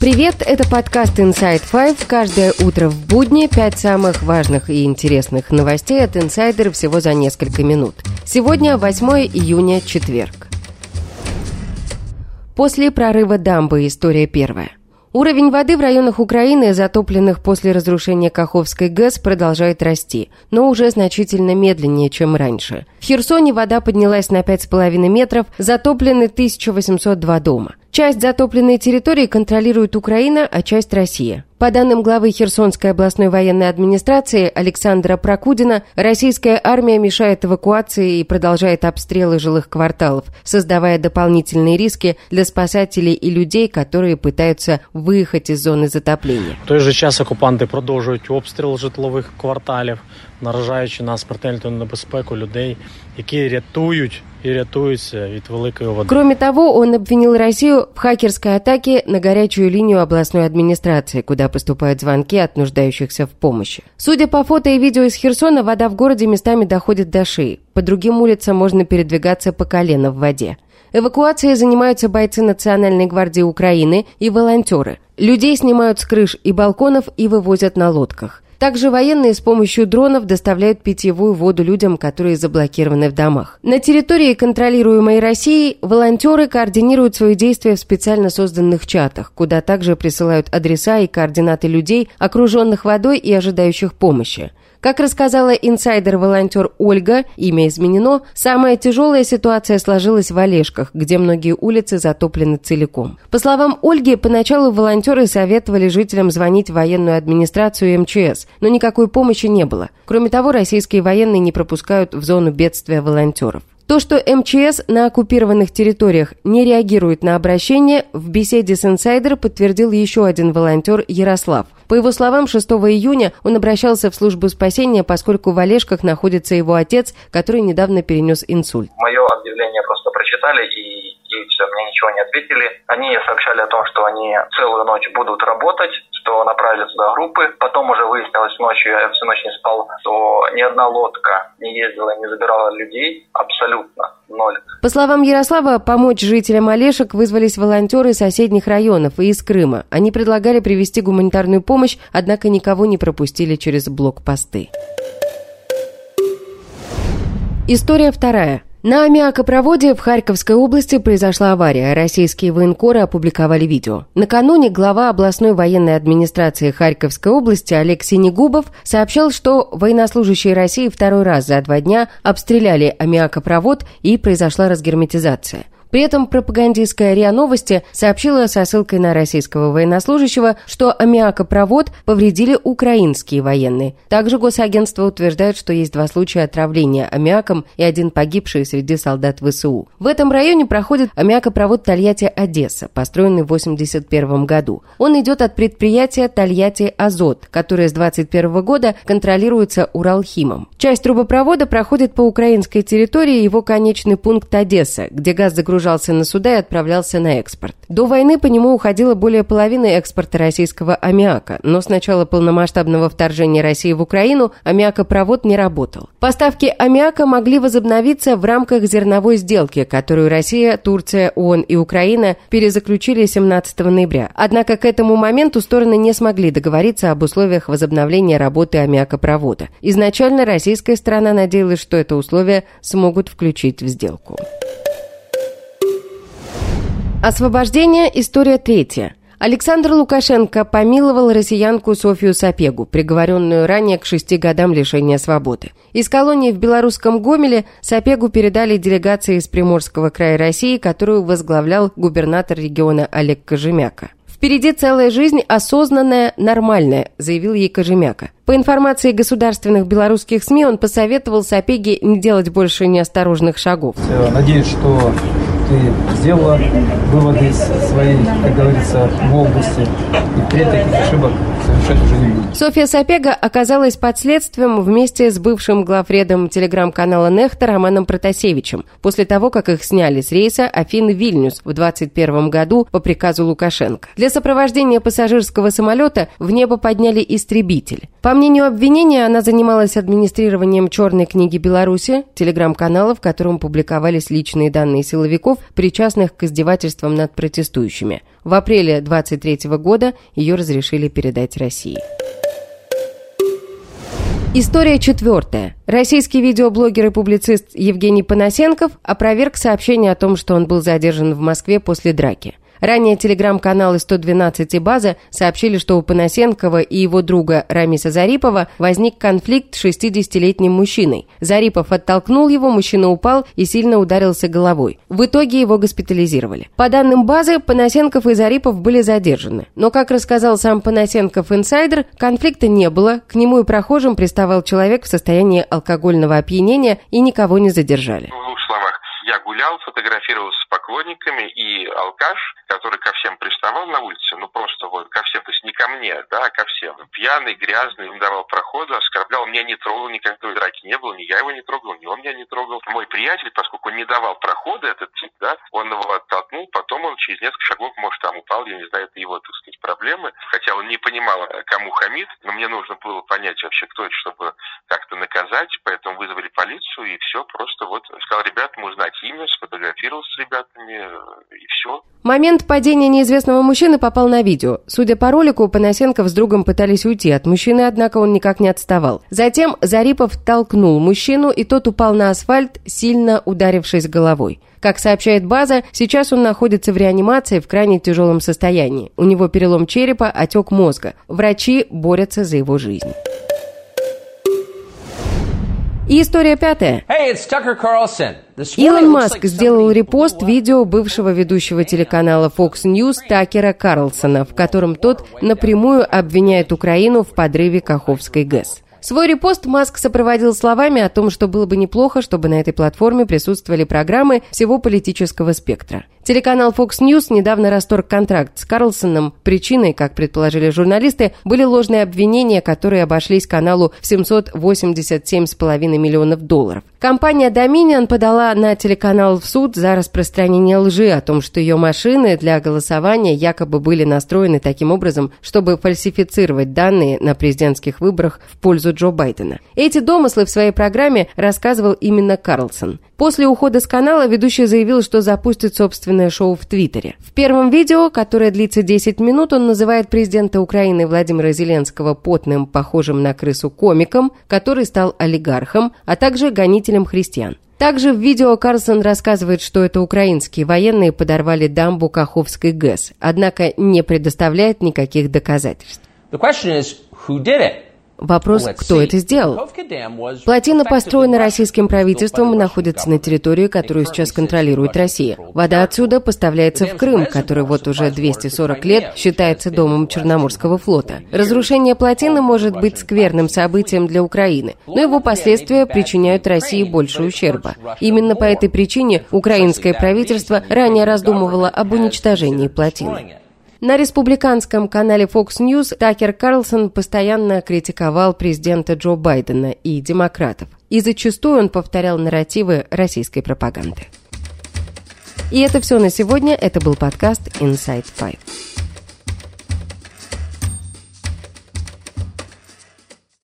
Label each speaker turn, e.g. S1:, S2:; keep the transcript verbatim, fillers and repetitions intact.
S1: Привет, это подкаст Inside Five. Каждое утро в будни пять самых важных и интересных новостей от инсайдера всего за несколько минут. Сегодня восьмое июня, четверг. После прорыва дамбы. История первая. Уровень воды в районах Украины, затопленных после разрушения Каховской ГЭС, продолжает расти, но уже значительно медленнее, чем раньше. В Херсоне вода поднялась на пять с половиной метров, затоплены тысяча восемьсот два дома. Часть затопленной территории контролирует Украина, а часть – Россия. По данным главы Херсонской областной военной администрации Александра Прокудина, российская армия мешает эвакуации и продолжает обстрелы жилых кварталов, создавая дополнительные риски для спасателей и людей, которые пытаются виїхати із зони затоплення.
S2: В той же час окупанти продовжують обстріл житлових кварталів, наражаючи на смертельну небезпеку людей, які рятують и рятуются від великої воды.
S1: Кроме того, он обвинил Россию в хакерской атаке на горячую линию областной администрации, куда поступают звонки от нуждающихся в помощи. Судя по фото и видео из Херсона, вода в городе местами доходит до шеи. По другим улицам можно передвигаться по колено в воде. Эвакуацией занимаются бойцы Национальной гвардии Украины и волонтеры. Людей снимают с крыш и балконов и вывозят на лодках. Также военные с помощью дронов доставляют питьевую воду людям, которые заблокированы в домах. На территории, контролируемой Россией, волонтеры координируют свои действия в специально созданных чатах, куда также присылают адреса и координаты людей, окруженных водой и ожидающих помощи. Как рассказала инсайдер-волонтер Ольга, имя изменено, самая тяжелая ситуация сложилась в Олешках, где многие улицы затоплены целиком. По словам Ольги, поначалу волонтеры советовали жителям звонить в военную администрацию и эм че эс, но никакой помощи не было. Кроме того, российские военные не пропускают в зону бедствия волонтеров. То, что эм че эс на оккупированных территориях не реагирует на обращение, в беседе с инсайдер подтвердил еще один волонтер Ярослав. По его словам, шестого июня он обращался в службу спасения, поскольку в Олешках находится его отец, который недавно перенес инсульт.
S3: Мое объявление просто прочитали и, и все, мне ничего не ответили. Они сообщали о том, что они целую ночь будут работать, что направили туда группы. Потом уже выяснилось ночью, я всю ночь не спал, что ни одна лодка не ездила, не забирала людей. Абсолютно ноль.
S1: По словам Ярослава, помочь жителям Олешек вызвались волонтеры соседних районов и из Крыма. Они предлагали привезти гуманитарную помощь, однако никого не пропустили через блокпосты. История вторая. На аммиакопроводе в Харьковской области произошла авария. Российские военкоры опубликовали видео. Накануне глава областной военной администрации Харьковской области Олег Синегубов сообщал, что военнослужащие России второй раз за два дня обстреляли аммиакопровод и произошла разгерметизация. При этом пропагандистская РИА Новости сообщила со ссылкой на российского военнослужащего, что аммиакопровод повредили украинские военные. Также госагентство утверждает, что есть два случая отравления аммиаком и один погибший среди солдат вэ эс у. В этом районе проходит аммиакопровод Тольятти-Одесса, построенный в восемьдесят первом году. Он идет от предприятия Тольятти-Азот, которое с двадцать первого года контролируется Уралхимом. Часть трубопровода проходит по украинской территории, его конечный пункт Одесса, где газ загружается на суда и отправлялся на экспорт. До войны по нему уходило более половины экспорта российского аммиака, но с начала полномасштабного вторжения России в Украину аммиакопровод не работал. Поставки аммиака могли возобновиться в рамках зерновой сделки, которую Россия, Турция, ООН и Украина перезаключили семнадцатого ноября. Однако к этому моменту стороны не смогли договориться об условиях возобновления работы аммиакопровода. Изначально российская сторона надеялась, что это условие смогут включить в сделку. Освобождение. История третья. Александр Лукашенко помиловал россиянку Софию Сапегу, приговоренную ранее к шести годам лишения свободы. Из колонии в белорусском Гомеле Сапегу передали делегации из Приморского края России, которую возглавлял губернатор региона Олег Кожемяка. «Впереди целая жизнь, осознанная, нормальная», – заявил ей Кожемяка. По информации государственных белорусских СМИ, он посоветовал Сапеге не делать больше неосторожных шагов.
S4: Надеюсь, что ты сделала выводы из своей, как говорится, молодости, и впредь таких ошибок совершать уже не будет.
S1: София Сапега оказалась под следствием вместе с бывшим главредом телеграм-канала «Нехта» Романом Протасевичем, после того, как их сняли с рейса Афины-Вильнюс в двадцать первом году по приказу Лукашенко. Для сопровождения пассажирского самолета в небо подняли истребитель. По мнению обвинения, она занималась администрированием черной книги Беларуси, телеграм-канала, в котором публиковались личные данные силовиков, причастных к издевательствам над протестующими. В апреле две тысячи двадцать третьего года ее разрешили передать России. История четвертая. Российский видеоблогер и публицист Евгений Панасенков опроверг сообщение о том, что он был задержан в Москве после драки. Ранее телеграм-каналы сто двенадцать и «База» сообщили, что у Панасенкова и его друга Рамиса Зарипова возник конфликт с шестидесятилетним мужчиной. Зарипов оттолкнул его, мужчина упал и сильно ударился головой. В итоге его госпитализировали. По данным «Базы», Панасенков и Зарипов были задержаны. Но, как рассказал сам Панасенков инсайдер, конфликта не было, к нему и прохожим приставал человек в состоянии алкогольного опьянения и никого не задержали.
S5: Я гулял, фотографировался с поклонниками, и алкаш, который ко всем приставал на улице, ну просто вот ко всем, то есть не ко мне, да, а ко всем. Пьяный, грязный, не давал прохода, оскорблял, меня не трогал, никакой драки не было, ни я его не трогал, ни он меня не трогал. Мой приятель, поскольку он не давал прохода, этот тип, да, он его оттолкнул, потом он через несколько шагов, может, там упал, я не знаю, это его, так сказать, проблемы. Хотя он не понимал, кому хамит, но мне нужно было понять вообще, кто это, чтобы как-то наказать, поэтому вызвали полицию, и все, просто вот сказал, ребят, мы узнать имя, сфотографировался с ребятами, и все.
S1: Момент падения неизвестного мужчины попал на видео. Судя по ролику, Панасенков с другом пытались уйти от мужчины, однако он никак не отставал. Затем Зарипов толкнул мужчину, и тот упал на асфальт, сильно ударившись головой. Как сообщает «База», сейчас он находится в реанимации в крайне тяжелом состоянии. У него перелом черепа, отек мозга. Врачи борются за его жизнь. И история пятая.
S6: Hey, it's Tucker Carlson.
S1: Илон Маск сделал репост видео бывшего ведущего телеканала Fox News Такера Карлсона, в котором тот напрямую обвиняет Украину в подрыве Каховской ГЭС. Свой репост Маск сопроводил словами о том, что было бы неплохо, чтобы на этой платформе присутствовали программы всего политического спектра. Телеканал Fox News недавно расторг контракт с Карлсоном. Причиной, как предположили журналисты, были ложные обвинения, которые обошлись каналу в семьсот восемьдесят семь целых пять десятых миллионов долларов. Компания Dominion подала на телеканал в суд за распространение лжи о том, что ее машины для голосования якобы были настроены таким образом, чтобы фальсифицировать данные на президентских выборах в пользу Джо Байдена. Эти домыслы в своей программе рассказывал именно Карлсон. После ухода с канала ведущий заявил, что запустит собственное шоу в Твиттере. В первом видео, которое длится десять минут, он называет президента Украины Владимира Зеленского потным, похожим на крысу комиком, который стал олигархом, а также гонителем христиан. Также в видео Карлсон рассказывает, что это украинские военные подорвали дамбу Каховской ГЭС, однако не предоставляет никаких доказательств.
S6: The question is, who did it?
S1: Вопрос, кто это сделал? Плотина построена российским правительством и находится на территории, которую сейчас контролирует Россия. Вода отсюда поставляется в Крым, который вот уже двести сорок лет считается домом Черноморского флота. Разрушение плотины может быть скверным событием для Украины, но его последствия причиняют России больше ущерба. Именно по этой причине украинское правительство ранее раздумывало об уничтожении плотины. На республиканском канале Fox News Такер Карлсон постоянно критиковал президента Джо Байдена и демократов, и зачастую он повторял нарративы российской пропаганды. И это все на сегодня. Это был подкаст Inside Five.